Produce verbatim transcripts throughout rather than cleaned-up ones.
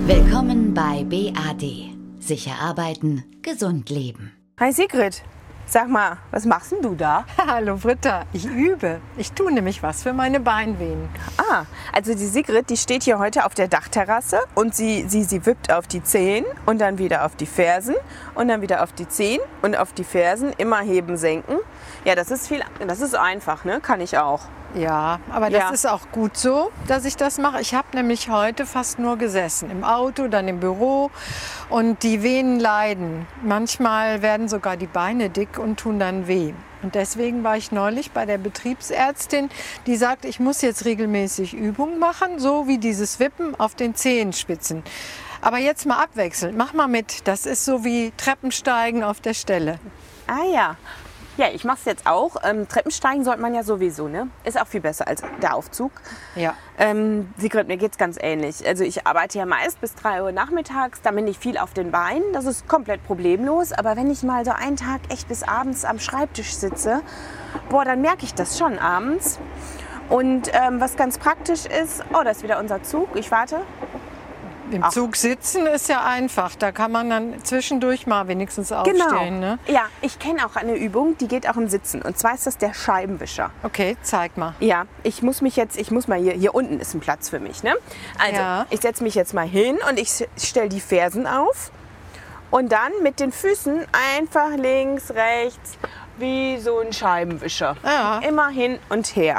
Willkommen bei B A D. Sicher arbeiten, gesund leben. Hi Sigrid, sag mal, was machst denn du da? Hallo Britta, ich übe. Ich tue nämlich was für meine Beinvenen. Ah, also die Sigrid, die steht hier heute auf der Dachterrasse und sie, sie, sie wippt auf die Zehen und dann wieder auf die Fersen und dann wieder auf die Zehen und auf die Fersen, immer heben, senken. Ja, das ist viel, das ist einfach, ne? Kann ich auch. Ja, aber das Ja. ist auch gut so, dass ich das mache. Ich habe nämlich heute fast nur gesessen, im Auto, dann im Büro und die Venen leiden. Manchmal werden sogar die Beine dick und tun dann weh. Und deswegen war ich neulich bei der Betriebsärztin, die sagt, ich muss jetzt regelmäßig Übungen machen, so wie dieses Wippen auf den Zehenspitzen. Aber jetzt mal abwechselnd, mach mal mit. Das ist so wie Treppensteigen auf der Stelle. Ah ja. Ja, ich mache es jetzt auch. Ähm, Treppensteigen sollte man ja sowieso, ne? Ist auch viel besser als der Aufzug. Ja. Ähm, Sigrid, mir geht's ganz ähnlich. Also ich arbeite ja meist bis drei Uhr nachmittags, da bin ich viel auf den Beinen. Das ist komplett problemlos. Aber wenn ich mal so einen Tag echt bis abends am Schreibtisch sitze, boah, dann merke ich das schon abends. Und ähm, was ganz praktisch ist, oh, da ist wieder unser Zug. Ich warte. Im Ach. Zug sitzen ist ja einfach. Da kann man dann zwischendurch mal wenigstens aufstehen. Ne? Ja, ich kenne auch eine Übung, die geht auch im Sitzen. Und zwar ist das der Scheibenwischer. Okay, zeig mal. Ja, ich muss mich jetzt, ich muss mal hier, hier unten ist ein Platz für mich, ne? Also, Ja. ich setze mich jetzt mal hin und ich stelle die Fersen auf und dann mit den Füßen einfach links, rechts, wie so ein Scheibenwischer. Ja. Immer hin und her.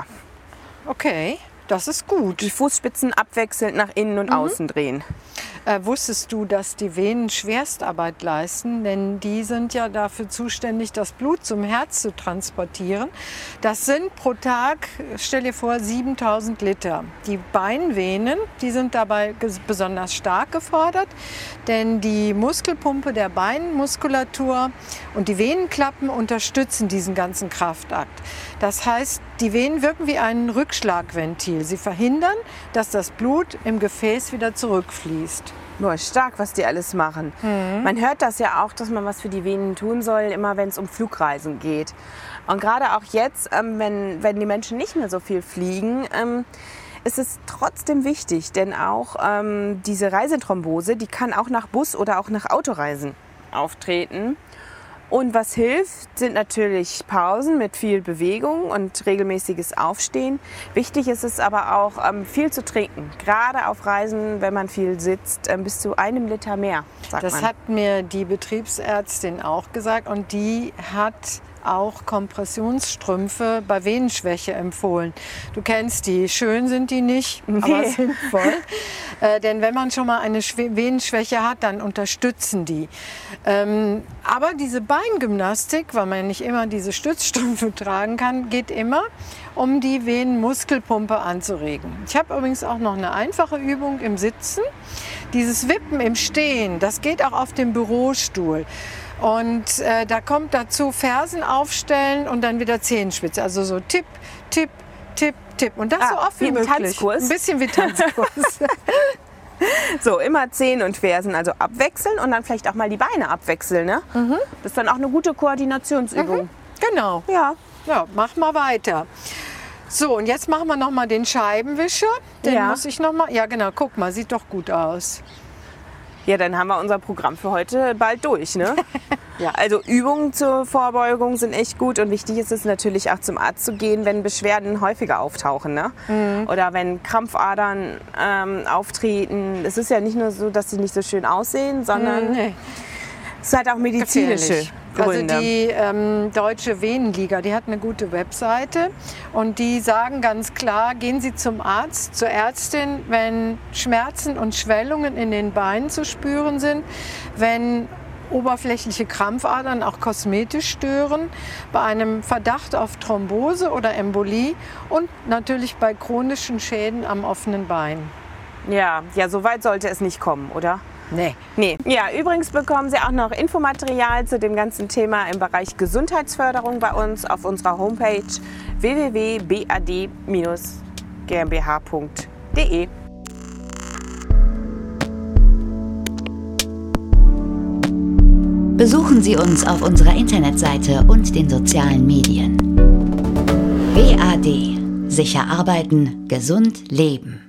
Okay, das ist gut. Die Fußspitzen abwechselnd nach innen und außen drehen. Äh, wusstest du, dass die Venen Schwerstarbeit leisten? Denn die sind ja dafür zuständig, das Blut zum Herz zu transportieren. Das sind pro Tag, stell dir vor, siebentausend Liter. Die Beinvenen, die sind dabei ges- besonders stark gefordert, denn die Muskelpumpe der Beinmuskulatur und die Venenklappen unterstützen diesen ganzen Kraftakt. Das heißt, die Venen wirken wie ein Rückschlagventil. Sie verhindern, dass das Blut im Gefäß wieder zurückfließt. Boah, stark, was die alles machen. Man hört das ja auch, dass man was für die Venen tun soll, immer wenn es um Flugreisen geht. Und gerade auch jetzt, ähm, wenn, wenn die Menschen nicht mehr so viel fliegen, ähm, ist es trotzdem wichtig, denn auch ähm, diese Reisethrombose, die kann auch nach Bus- oder auch nach Autoreisen auftreten. Und was hilft, sind natürlich Pausen mit viel Bewegung und regelmäßiges Aufstehen. Wichtig ist es aber auch, ähm, viel zu trinken. Gerade auf Reisen, wenn man viel sitzt, ähm, bis zu einem Liter mehr, sagt Das man. hat mir die Betriebsärztin auch gesagt und die hat auch Kompressionsstrümpfe bei Venenschwäche empfohlen. Du kennst die, schön sind die nicht, aber Nee. sinnvoll. Äh, denn wenn man schon mal eine Schw- Venenschwäche hat, dann unterstützen die. Ähm, aber diese Beingymnastik, weil man nicht immer diese Stützstrümpfe tragen kann, geht immer, um die Venenmuskelpumpe anzuregen. Ich habe übrigens auch noch eine einfache Übung im Sitzen. Dieses Wippen im Stehen, das geht auch auf dem Bürostuhl. Und äh, da kommt dazu Fersen aufstellen und dann wieder Zehenspitze. Also so Tipp, Tipp, Tipp, Tipp. Und das Ah, so oft wie wie im möglich. Tanzkurs? Ein bisschen wie Tanzkurs. So, immer Zehen und Fersen, also abwechseln und dann vielleicht auch mal die Beine abwechseln. Ne? Das ist dann auch eine gute Koordinationsübung. Genau. Ja. Ja, mach mal weiter. So, und jetzt machen wir noch mal den Scheibenwischer. Den Ja. muss ich noch mal. Ja, genau. Guck mal, sieht doch gut aus. Ja, dann haben wir unser Programm für heute bald durch, ne? Ja. Also Übungen zur Vorbeugung sind echt gut und wichtig ist es natürlich auch zum Arzt zu gehen, wenn Beschwerden häufiger auftauchen, ne? Oder wenn Krampfadern ähm, auftreten. Es ist ja nicht nur so, dass sie nicht so schön aussehen, sondern Nee. es hat auch medizinische Gefährlich. Gründe. Also die ähm, Deutsche Venenliga, die hat eine gute Webseite und die sagen ganz klar, gehen Sie zum Arzt, zur Ärztin, wenn Schmerzen und Schwellungen in den Beinen zu spüren sind, wenn oberflächliche Krampfadern auch kosmetisch stören, bei einem Verdacht auf Thrombose oder Embolie und natürlich bei chronischen Schäden am offenen Bein. Ja, ja, so weit sollte es nicht kommen, oder? Nee. Nee. Ja, übrigens bekommen Sie auch noch Infomaterial zu dem ganzen Thema im Bereich Gesundheitsförderung bei uns auf unserer Homepage w w w punkt b a d dash g m b h punkt d e. Besuchen Sie uns auf unserer Internetseite und den sozialen Medien. B A D. Sicher arbeiten, gesund leben.